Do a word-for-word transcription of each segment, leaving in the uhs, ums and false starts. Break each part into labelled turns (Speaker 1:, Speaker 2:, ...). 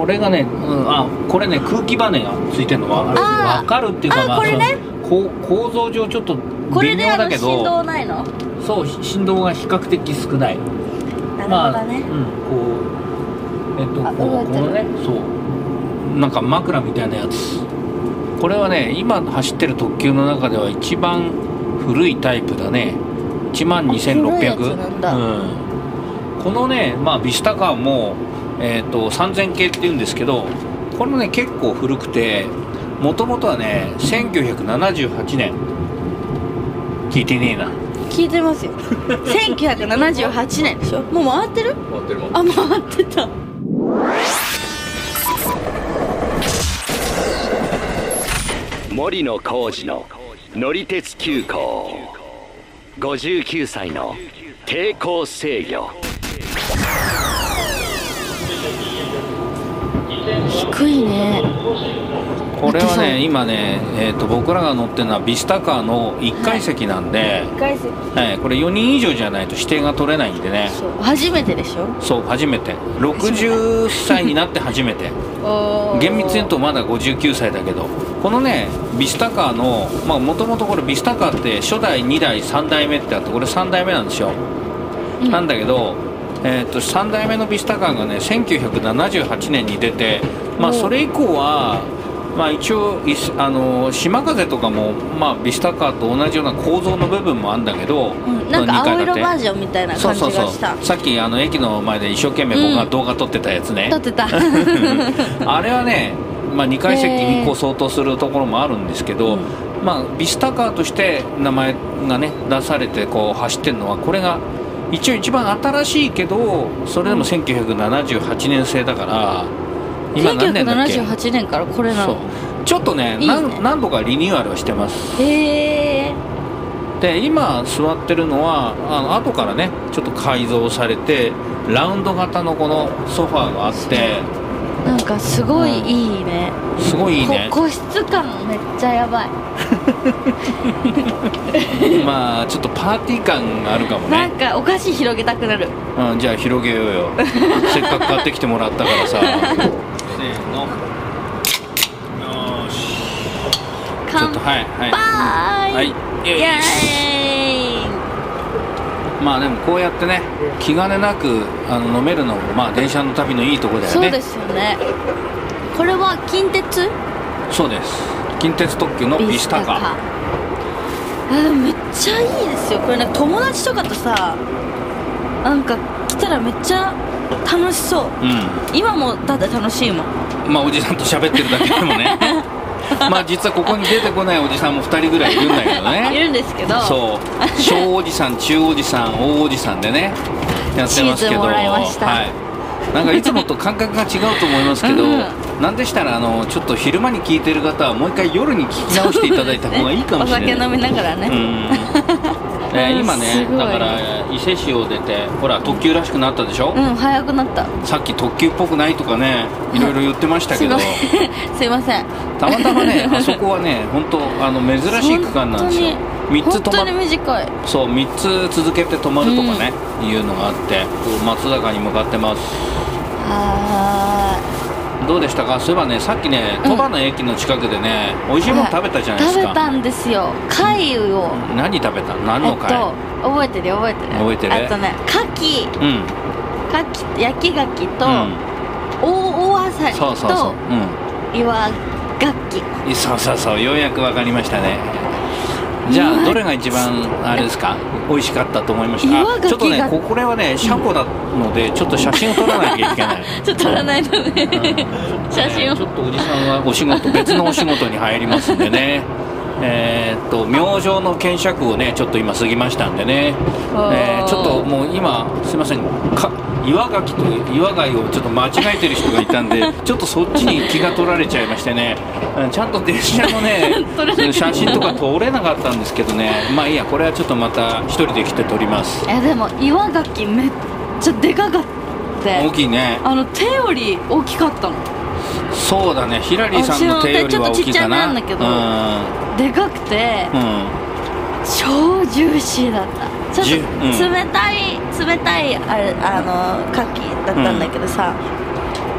Speaker 1: これがね、うん、あこれね空気バネがついてるのは分かるっていうか、まあ、
Speaker 2: これね、
Speaker 1: こ構造上ちょっと微妙だけど、
Speaker 2: これであの振動ないの？
Speaker 1: そう、振動が比較的少ない。
Speaker 2: なるほどね。
Speaker 1: まあ、うん、こうえっとこうこのね、そうなんか枕みたいなやつ。これはね今走ってる特急の中では一番古いタイプだね。いちまんにせんろっぴゃく。うん。このね、まあビスタカーもえっとさんぜん系って言うんですけど、これもね結構古くて、もともとはねせんきゅうひゃくななじゅうはちねん。聞いてねえな。
Speaker 2: 聞いてますよ。せんきゅうひゃくななじゅうはちねんでしょ。もう回ってる？
Speaker 3: 回ってる。
Speaker 2: あ、回ってた。
Speaker 4: 森野浩二の乗り鉄急行。ごじゅうきゅうさいの抵抗制御。
Speaker 2: 低いね。
Speaker 1: これはね今ね、えー、と僕らが乗ってるのはビスタカーのいっかい席なんで、はい、
Speaker 2: いっかい席、
Speaker 1: はい、これよにん以上じゃないと指定が取れないんでね。
Speaker 2: そう初めてでしょ。
Speaker 1: そう初めてろくじゅっさいになって初めて厳密に言うとまだごじゅうきゅうさいだけど、このねビスタカーのもともとこれビスタカーって初代にだいさんだいめってあって、これさんだいめなんですよ、うん、なんだけど、えー、とさんだいめのビスタカーがねせんきゅうひゃくななじゅうはちねんに出て、まあそれ以降はまあ一応あの島風とかも、まあ、ビスタカーと同じような構造の部分もあるんだけど、
Speaker 2: うん、なんか青色バージョンみたいな感じがした。そうそうそう、
Speaker 1: さっきあの駅の前で一生懸命僕が動画撮ってたやつね、
Speaker 2: うん、撮ってた
Speaker 1: あれはね、まあ、にかい席にこう相当するところもあるんですけど、まあ、ビスタカーとして名前がね出されてこう走ってるのは、これが一応一番新しいけど、それでもせんきゅうひゃくななじゅうはちねん製だから、今何年だっけ。せんきゅうひゃくななじゅうはちねんからこれなの。ちょっと ね, いいね何, 何度かリニューアルはしてます。
Speaker 2: へえ。
Speaker 1: で今座ってるのはあの後からねちょっと改造されてラウンド型のこのソファーがあって、
Speaker 2: なんかすごいいいね、
Speaker 1: うん、すごいいいね。
Speaker 2: 個室感めっちゃやばい
Speaker 1: まあちょっとパーティー感があるかもね。
Speaker 2: なんかお菓子広げたくなる。
Speaker 1: うん、じゃあ広げようよせっかく買ってきてもらったからさせーの、よーし、ちょっとはいはいはい、イエーイ。まあでもこうやってね気兼ねなくあの飲めるのも、まあ電車の旅のいいとこだよね。
Speaker 2: そうですよね。これは近鉄？
Speaker 1: そうです、近鉄特急のビスタカー。
Speaker 2: あ、めっちゃいいですよこれね。友達とかとさなんか来たらめっちゃ楽しそう、うん、今もだって楽しいもん。
Speaker 1: まあおじさんと喋ってるだけでもねまあ実はここに出てこないおじさんもふたりぐらいいるんだけどね
Speaker 2: いるんですけど、
Speaker 1: そう小おじさん、中おじさん、大おじさんでねやってますけど、
Speaker 2: もらいました、
Speaker 1: はい、なんかいつもと感覚が違うと思いますけど、うん、なんでしたらあのちょっと昼間に聞いてる方はもう一回夜に聞き直していただいた方がいいかもしれない、ね、
Speaker 2: お酒飲みながらね、うん
Speaker 1: えー、今ねだから伊勢市を出てほら特急らしくなったでしょ。
Speaker 2: うん、早くなった。
Speaker 1: さっき特急っぽくないとかねいろいろ言ってましたけど
Speaker 2: すいません
Speaker 1: たまたまねあそこはね本当あの珍しい区間なんですよ。みっつ止ま
Speaker 2: 本当に短い。
Speaker 1: そうみっつ続けて止まるとかね、うん、いうのがあって松坂に向かってます。
Speaker 2: は
Speaker 1: ーい、どうでしたか。そういえばねさっきね鳥羽の駅の近くでね、うん、美味しいもの食べたじゃないですか。
Speaker 2: 食べたんですよ。貝を、
Speaker 1: うん、何食べたの。何の貝、えっと、
Speaker 2: 覚えてる覚えてる
Speaker 1: 覚えてる。
Speaker 2: あとね牡蠣、うん、牡蠣焼き牡蠣と、うん、大大あさりと、そうそうそう、うん、岩牡蠣。
Speaker 1: そうそうそう、ようやく分かりましたね。じゃあどれが一番あれですか美味しかったと思いました。ちょっとねこれはね車庫なのでちょっと写真を撮らなきゃいけない
Speaker 2: ちょっと撮らないとね、うん、写真を、
Speaker 1: ちょっとおじさんはお仕事別のお仕事に入りますんでねえーっと明星の検釈をねちょっと今過ぎましたんでね、えー、ちょっともう今すいませんか岩牡蠣と岩貝をちょっと間違えてる人がいたんでちょっとそっちに気が取られちゃいましてね、ちゃんと電車のね写真とか撮れなかったんですけどね、まあいいや、これはちょっとまた一人で来て撮ります。
Speaker 2: いやでも岩牡蠣めっちゃでかかった。
Speaker 1: 大きいね。
Speaker 2: あの手より大きかったの。
Speaker 1: そうだね、ヒラリーさんの手よりは大きいかな。
Speaker 2: ちょっとちっちゃいなんだけど、うん、でかくて、うん、超ジューシーだった。ちょっと冷たい、うん、冷たいあれあの牡蠣だったんだけどさ、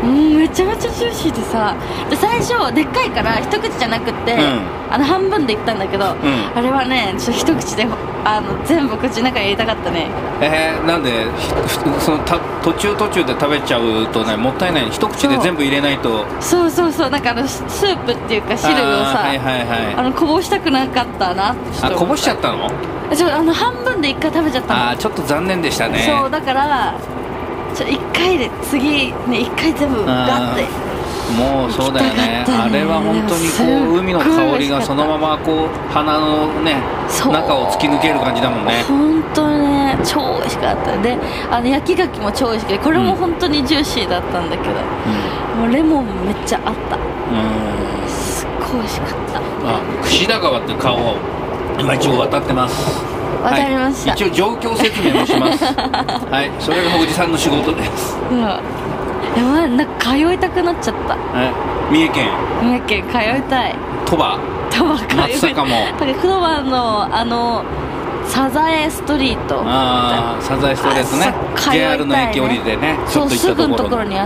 Speaker 2: うんめちゃめちゃジューシーでさ、で最初でっかいから一口じゃなくて、うん、あの半分でいったんだけど、うん、あれはねちょっと一口であの全部口の中に入れたかったね。
Speaker 1: えー、なんでそのた途中途中で食べちゃうとねもったいない。一口で全部入れないと。
Speaker 2: そうそうそう、なんかあのスープっていうか汁をさ あ,、はいはいはい、あのこぼしたくなかったなって。
Speaker 1: あこぼしちゃったの？
Speaker 2: ちょあの半分で一回食べちゃったの。
Speaker 1: あちょっと残念でしたね。
Speaker 2: そうだからちょいっかいで次ねいっかい全部ガッて。
Speaker 1: もうそうだよ ね, ねあれは本当にこう海の香りがそのままこう鼻のね中を突き抜ける感じだもんね。
Speaker 2: 本当にね超美味しかったで、あの焼き牡蠣も超美味しくてこれも本当にジューシーだったんだけど、うん、もうレモンもめっちゃあった。うんすっごい美味しかった。
Speaker 1: あ櫛田川って川を今一応渡ってます。
Speaker 2: 渡りました、
Speaker 1: はい、一応状況説明もしますはいそれがおじさんの仕事です。うん
Speaker 2: でもなんか通いたくなっちゃった。
Speaker 1: 三重県
Speaker 2: 三重県通いたい。
Speaker 1: 鳥羽
Speaker 2: 鳥羽通いたい。
Speaker 1: 松阪も
Speaker 2: 鳥羽のあのサザエストリート。
Speaker 1: ああサザエストリートね。ジェイアール の駅降りでねちょっと行ったところ。そうすぐのところ
Speaker 2: にあって、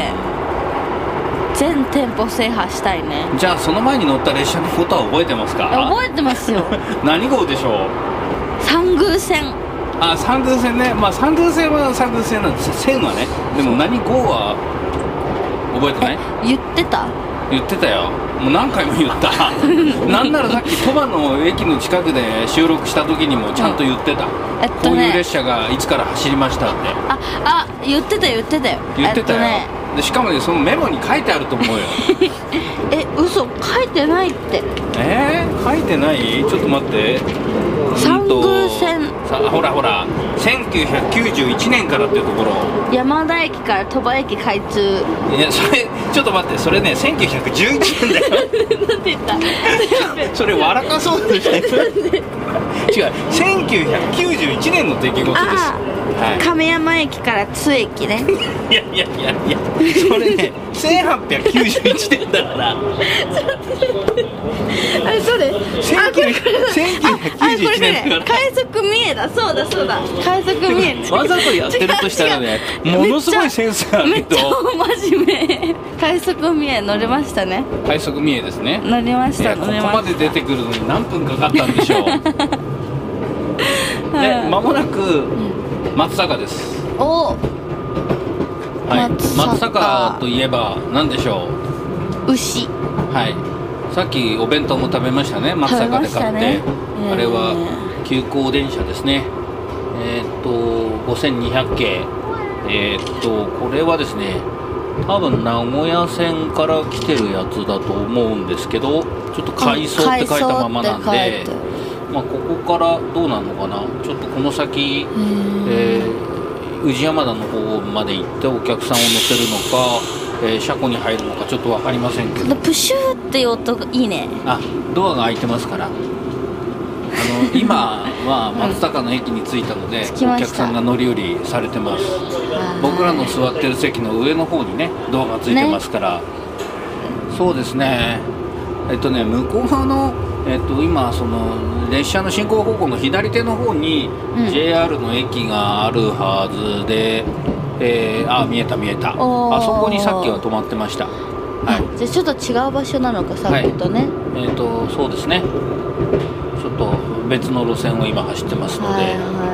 Speaker 2: うん、全店舗制覇したいね。
Speaker 1: じゃあその前に乗った列車のことは覚えてますか？
Speaker 2: 覚えてますよ
Speaker 1: 何号でしょ
Speaker 2: う？三宮線。
Speaker 1: あ三宮線ね。まあ三宮線は三宮線なんですよ。線はね。でも何号は覚えてない？
Speaker 2: 言ってた？
Speaker 1: 言ってたよ。もう何回も言ったなんならさっき鳥羽の駅の近くで収録した時にもちゃんと言ってた、うんえっとね、こういう列車がいつから走りましたって。
Speaker 2: ああ言ってた言ってたよ
Speaker 1: 言ってたよ、
Speaker 2: えっとね、
Speaker 1: でしかもねそのメモに書いてあると思うよ
Speaker 2: え嘘書いてないって。
Speaker 1: えー、書いてない？ちょっと待って。
Speaker 2: 三宮線
Speaker 1: さほらほらせんきゅうひゃくきゅうじゅういちねんからっていうところ。
Speaker 2: 山田駅から鳥羽駅開通。
Speaker 1: いやそれちょっと待ってそれねせんきゅうひゃくじゅういちねんだよ
Speaker 2: なんて言った
Speaker 1: それ笑かそうとしてる違うせんきゅうひゃくきゅうじゅういちねんの出来事です。
Speaker 2: はい、亀山駅から津駅ね
Speaker 1: いやいやいやいやそれねせんはっぴゃくきゅうじゅういちねんだから
Speaker 2: あれそれ
Speaker 1: せんきゅうひゃくきゅうじゅういちねんだから
Speaker 2: 快速三重だ。そうだそうだ快速三重
Speaker 1: わざとやってるとしたらねものすごいセンスがあるけど
Speaker 2: めっちゃ真面目快速三重乗れましたね。
Speaker 1: 快速三重ですね。
Speaker 2: 乗りました。
Speaker 1: いやここまで出てくるのに何分かかったんでしょうで間もなく松阪です。
Speaker 2: お
Speaker 1: はい、松阪といえば何でしょ
Speaker 2: う？牛。
Speaker 1: はいさっきお弁当も食べましたね。松阪で買って、ねえー、あれは急行電車ですね。えー、っとごせんにひゃくけいえー、っとこれはですね多分名古屋線から来てるやつだと思うんですけどちょっと回送って書いたままなんで、まあ、ここからどうなるのかな。ちょっとこの先、えー、宇治山田の方まで行ってお客さんを乗せるのか、えー、車庫に入るのかちょっと分かりませんけど。
Speaker 2: プシューっていう音がいいね。
Speaker 1: あドアが開いてますから。あの今は松阪の駅に着いたので、うん、お客さんが乗り降りされてます。僕らの座ってる席の上の方にねドアがついてますから、ね、そうですねえっとね向こう側のえっと、今その列車の進行方向の左手の方に ジェイアール の駅があるはずで、えー、あ見えた見えた。あそこにさっきは止まってました。
Speaker 2: はい、じゃあちょっと違う場所なのかさっきとね、はい、
Speaker 1: えっとそうですねちょっと別の路線を今走ってますので、はい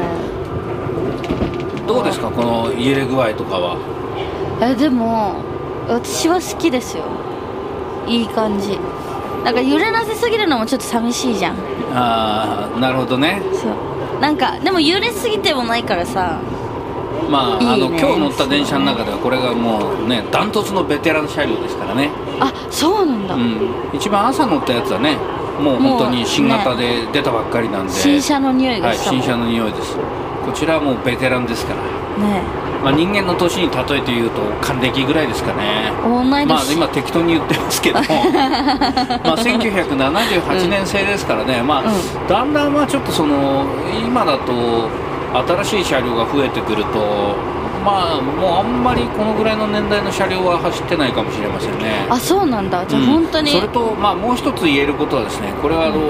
Speaker 1: はい、どうですかこの揺れ具合とかは。
Speaker 2: えでも私は好きですよ。いい感じ。なんか揺れなさすぎるのもちょっと寂しいじゃん。
Speaker 1: ああなるほどね。
Speaker 2: そうなんかでも揺れすぎてもないからさ。
Speaker 1: まあ、いいね、あの今日乗った電車の中ではこれがもうねダントツのベテラン車両ですからね。
Speaker 2: あそうなんだ、
Speaker 1: うん、一番朝乗ったやつはねもう本当に新型で出たばっかりなんで、ね、
Speaker 2: 新車の匂いがした、
Speaker 1: はい、新車の匂いです。こちらはもうベテランですから
Speaker 2: ね。
Speaker 1: まあ、人間の年に例えて言うと還暦ぐらいですかね。
Speaker 2: 同い年。
Speaker 1: まあ今適当に言ってますけどもまあせんきゅうひゃくななじゅうはちねん製ですからね、うん、まあ、うん、だんだんまあちょっとその今だと新しい車両が増えてくるとまあもうあんまりこのぐらいの年代の車両は走ってないかもしれませんね。
Speaker 2: あそうなんだ。じゃあ本当に、
Speaker 1: うん、それとまあもう一つ言えることはですねこれはあの、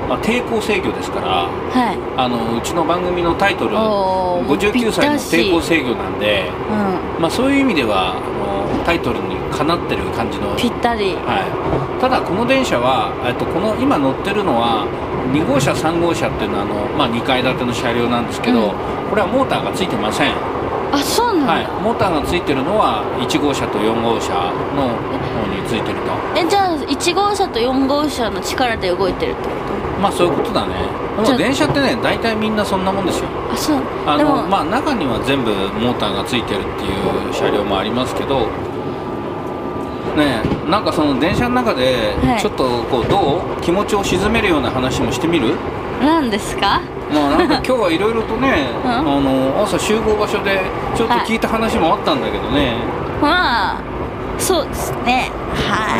Speaker 1: まあ、抵抗制御ですから、
Speaker 2: はい、
Speaker 1: あのうちの番組のタイトルごじゅうきゅうさいの抵抗制御なんで、うん、まあ、そういう意味ではあのタイトルにかなってる感じの
Speaker 2: ぴったり、
Speaker 1: はい、ただこの電車はえっとこの今乗ってるのはに号車さん号車っていうのはあの、まあ、にかい建ての車両なんですけど、うん、これはモーターがついてません。
Speaker 2: あ、そうなんだ、はい、
Speaker 1: モーターがついてるのはいち号車とよん号車の方についてると。
Speaker 2: え、じゃあいち号車とよん号車の力で動いてるってこと？
Speaker 1: まあそういうことだね。でも電車ってね、大体みんなそんなもんですよ。
Speaker 2: あ、そう。
Speaker 1: あのまあ中には全部モーターがついてるっていう車両もありますけどね、なんかその電車の中でちょっとこうどう気持ちを鎮めるような話もしてみる？
Speaker 2: 何ですか？
Speaker 1: まあなんか今日はいろいろとね、うん、あの朝集合場所でちょっと聞いた話もあったんだけどね、
Speaker 2: はい、まあそうですね、はい、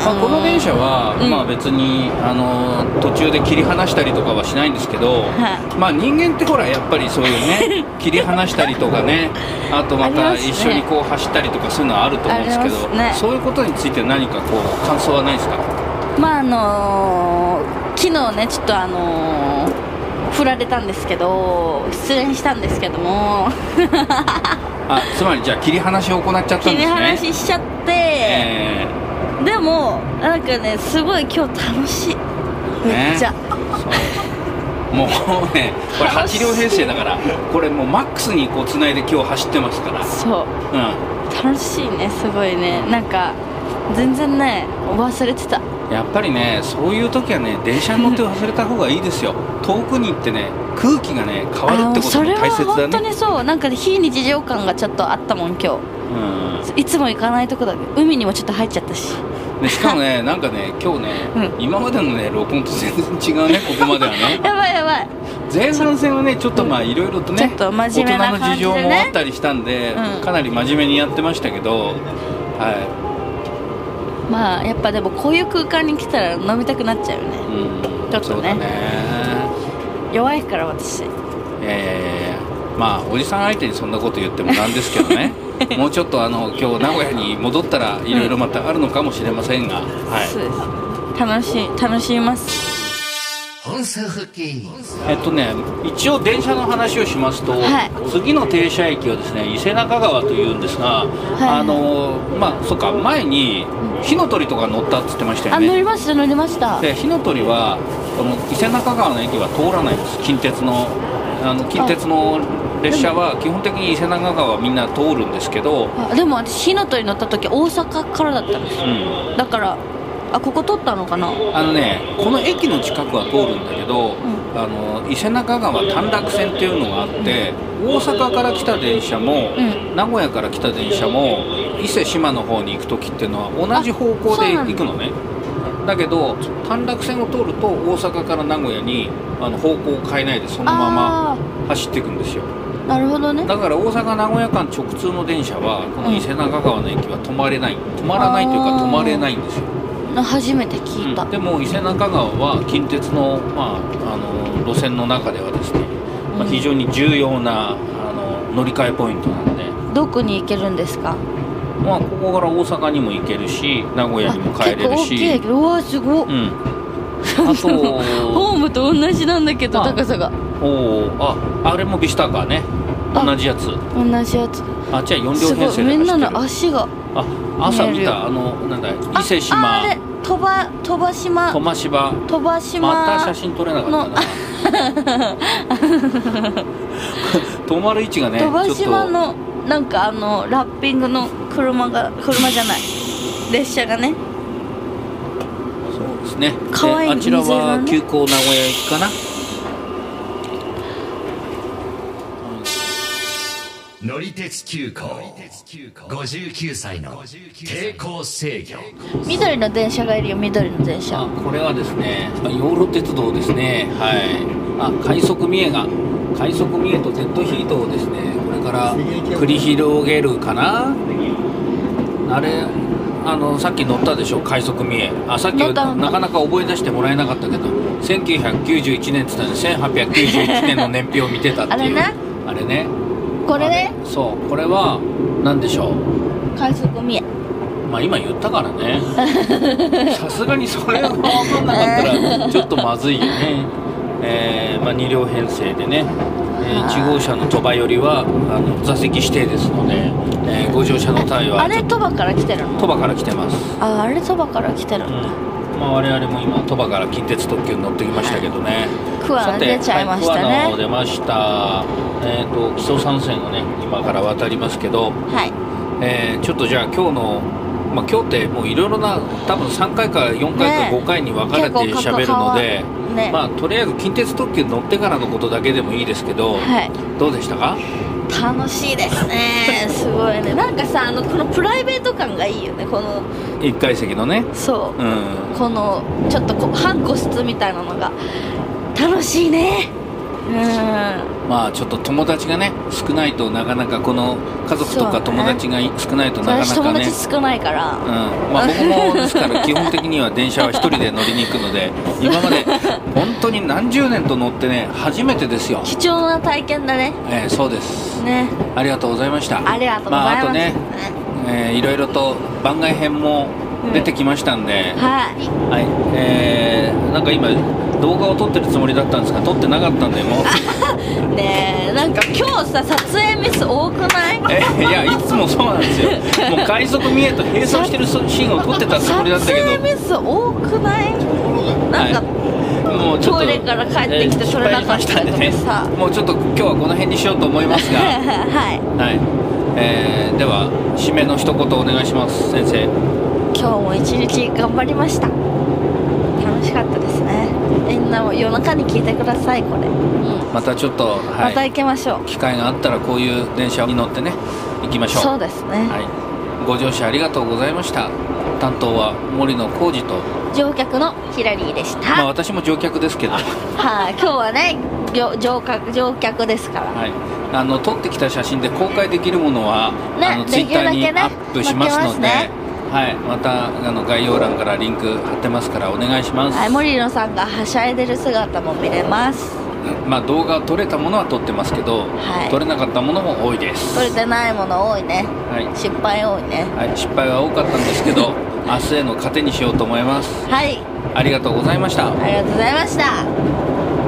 Speaker 1: まあ、この電車は、うん、まあ別にあの途中で切り離したりとかはしないんですけど、はい、まあ人間ってほらやっぱりそういうね切り離したりとかね、あとまた一緒にこう走ったりとかそういうのはあると思うんですけど、ね、そういうことについて何かこう感想はないですか？
Speaker 2: まああのー、昨日ねちょっとあのー振られたんですけど、失恋したんですけども
Speaker 1: あ、つまりじゃあ切り離しを行っちゃったんですね。
Speaker 2: 切り離ししちゃって、えー、でもなんかねすごい今日楽しい、めっちゃ、ね、
Speaker 1: もうねこれはち両編成だからこれもうマックスにこうつないで今日走ってますから。
Speaker 2: そう、うん、楽しいね、すごいね、なんか全然ね忘れてた。
Speaker 1: やっぱりねそういう時はね電車に乗って忘れた方がいいですよ遠くに行ってね空気がね変わるってことも大切だね。
Speaker 2: それは本当にそう、なんか、ね、非日常感がちょっとあったもん今日、うん、いつも行かないとこだけど海にもちょっと入っちゃったし、
Speaker 1: でしかもねなんかね今日ね、うん、今までのね録音と全然違うねここまではね
Speaker 2: やばいやばい、
Speaker 1: 前半戦はねちょっとまあいろいろとね、
Speaker 2: ちょっと真面目な感じでね、
Speaker 1: 大人の事情もあったりしたんで、うん、かなり真面目にやってましたけど、はい、
Speaker 2: まあやっぱでもこういう空間に来たら飲みたくなっちゃうよね、うん、ちょっと ね, ね弱いから私。い
Speaker 1: やいやいや、まあおじさん相手にそんなこと言ってもなんですけどねもうちょっとあの今日名古屋に戻ったらいろいろまたあるのかもしれませんが、うん、はい、
Speaker 2: そうです、楽しい楽しみます。
Speaker 1: えっとね一応電車の話をしますと、はい、次の停車駅はですね伊勢中川というんですが、はい、あのまあそっか前に火の鳥とか乗ったって言ってましたよね。
Speaker 2: あ、乗りました乗りました。
Speaker 1: で火の鳥はこの伊勢中川の駅は通らないんです。近鉄のあの近鉄の列車は基本的に伊勢中川はみんな通るんですけど、
Speaker 2: あでも私火の鳥乗った時大阪からだったんですよ、うん、だからあここ通ったのかな。
Speaker 1: あのねこの駅の近くは通るんだけど、うん、あの伊勢中川短絡線っていうのがあって、うん、大阪から来た電車も、うん、名古屋から来た電車も伊勢志摩の方に行く時っていうのは同じ方向で行くのね。だけど短絡線を通ると大阪から名古屋にあの方向を変えないでそのまま走っていくんですよ。
Speaker 2: なるほどね。
Speaker 1: だから大阪名古屋間直通の電車はこの伊勢中川の駅は止まれない、止まらないというか止まれないんですよ。
Speaker 2: 初めて聞いた、
Speaker 1: うん、でも伊勢中川は近鉄の、まあ、あの路線の中ではですね、まあ、非常に重要なあの乗り換えポイントなので。
Speaker 2: どこに行けるんですか？
Speaker 1: まあ、ここから大阪にも行けるし名古屋にも帰れるし。
Speaker 2: 結構大きい。うわすごっ、うん、あとホームと同じなんだけど高さが。
Speaker 1: おああれもビスタカーね、同じやつ
Speaker 2: 同じやつ。
Speaker 1: あじゃあよん両編成で走ってる。
Speaker 2: みんなの足が
Speaker 1: あ朝見たあのなんだ伊勢志摩、
Speaker 2: あれ鳥羽鳥羽島
Speaker 1: 鳥羽島
Speaker 2: 鳥羽島
Speaker 1: また写真撮れなかったな止まる位置がね
Speaker 2: 鳥羽島のなんかあのラッピングの車が車じゃない列車がね。
Speaker 1: そうですね。
Speaker 2: かわいい、
Speaker 1: あちらは急行名古屋駅かな。
Speaker 4: 乗り鉄急行ごじゅうきゅうさいの抵抗制御。
Speaker 2: 緑の電車がいるよ。緑の電車。
Speaker 1: あこれはですね養老鉄道ですね。はいあ快速三重が快速三重とデッドヒートをですねこれから繰り広げるかな。あれあのさっき乗ったでしょ快速三重。あさっきなかなか覚え出してもらえなかったけどせんきゅうひゃくきゅうじゅういちねんって言ったらせんはっぴゃくきゅうじゅういちねんの年表を見てたっていう
Speaker 2: あれね
Speaker 1: あれね
Speaker 2: これね。
Speaker 1: そうこれは何でしょう。
Speaker 2: 快速三重。
Speaker 1: はまあ今言ったからねさすがにそれが分かんなかったらちょっとまずいよね。えーまあ、に両編成でね、えー、いち号車の鳥羽よりはあの座席指定ですので、えー、ご乗車の隊は
Speaker 2: あれ鳥羽から来てるの？
Speaker 1: 鳥羽から来てます。
Speaker 2: ああれ鳥羽から来てるんだ、うん
Speaker 1: まあ、我々も今鳥羽から近鉄特急に乗ってきましたけどね。
Speaker 2: 桑名出ちゃいましたね。
Speaker 1: はい、桑名出ました。えっ、ー、と木曽三線をね今から渡りますけど、
Speaker 2: はい
Speaker 1: えー、ちょっとじゃあ今日のまあ今日ってもういろいろな多分さんかいかよんかいかごかいに分かれて喋るので、ね、まあとりあえず近鉄特急乗ってからのことだけでもいいですけど、はい、どうでしたか？
Speaker 2: 楽しいですねすごいね。なんかさあのこのプライベート感がいいよね。この
Speaker 1: いっかい席のね。
Speaker 2: そう、うん、このちょっとこ半個室みたいなのが楽しいね。うん、
Speaker 1: まあちょっと友達がね少ないとなかなかこの家族とか友達が少ないとなかなかね。
Speaker 2: 私友達少ないから、
Speaker 1: うんまあ、僕もですから基本的には電車は一人で乗りに行くので今まで本当に何十年と乗ってね初めてですよ。
Speaker 2: 貴重な体験だね。
Speaker 1: えー、そうですね。ありがとうございました。
Speaker 2: ありがとうございます。まあ、あとね、
Speaker 1: えー、いろいろと番外編も出てきましたんで、
Speaker 2: うん、はい、
Speaker 1: はい、えー、なんか今動画を撮ってるつもりだったんですが撮ってなかったんでもう
Speaker 2: ねえなんか今日さ撮影ミス多くない？
Speaker 1: えいやいつもそうなんですよもう快速見えと並走してるシーンを撮ってたつもりだったけど
Speaker 2: 撮影ミス多くない？なんか、はい、もうちょっとトイレから帰ってきて撮れなかったりとかさ、
Speaker 1: ね、もうちょっと今日はこの辺にしようと思いますがはい、はいえー、では締めの一言お願いします先生。
Speaker 2: 今日も一日頑張りました。楽しかったですね。みんなも夜中に聞いてくださいこれ、うん、
Speaker 1: またちょっと、はい、
Speaker 2: また行きましょう。
Speaker 1: 機会があったらこういう電車に乗ってね行きましょう。
Speaker 2: そうですね、
Speaker 1: はい、ご乗車ありがとうございました。担当は森野浩二と
Speaker 2: 乗客のヒラリーでした。
Speaker 1: まあ私も乗客ですけどはい、
Speaker 2: あ、今日はね乗客乗客ですから、
Speaker 1: はい、あの撮ってきた写真で公開できるものは、ね、あのツイッターにアップしますので、はい、またあの概要欄からリンク貼ってますからお願いします。
Speaker 2: はい、森野さんがはしゃいでる姿も見れます。
Speaker 1: まあ動画撮れたものは撮ってますけど、はい、撮れなかったものも多いです。
Speaker 2: 撮れてないもの多いね、はい、失敗多いね、
Speaker 1: はい、失敗は多かったんですけど明日への糧にしようと思います。
Speaker 2: はい、
Speaker 1: ありがとうございました。
Speaker 2: ありがとうございました。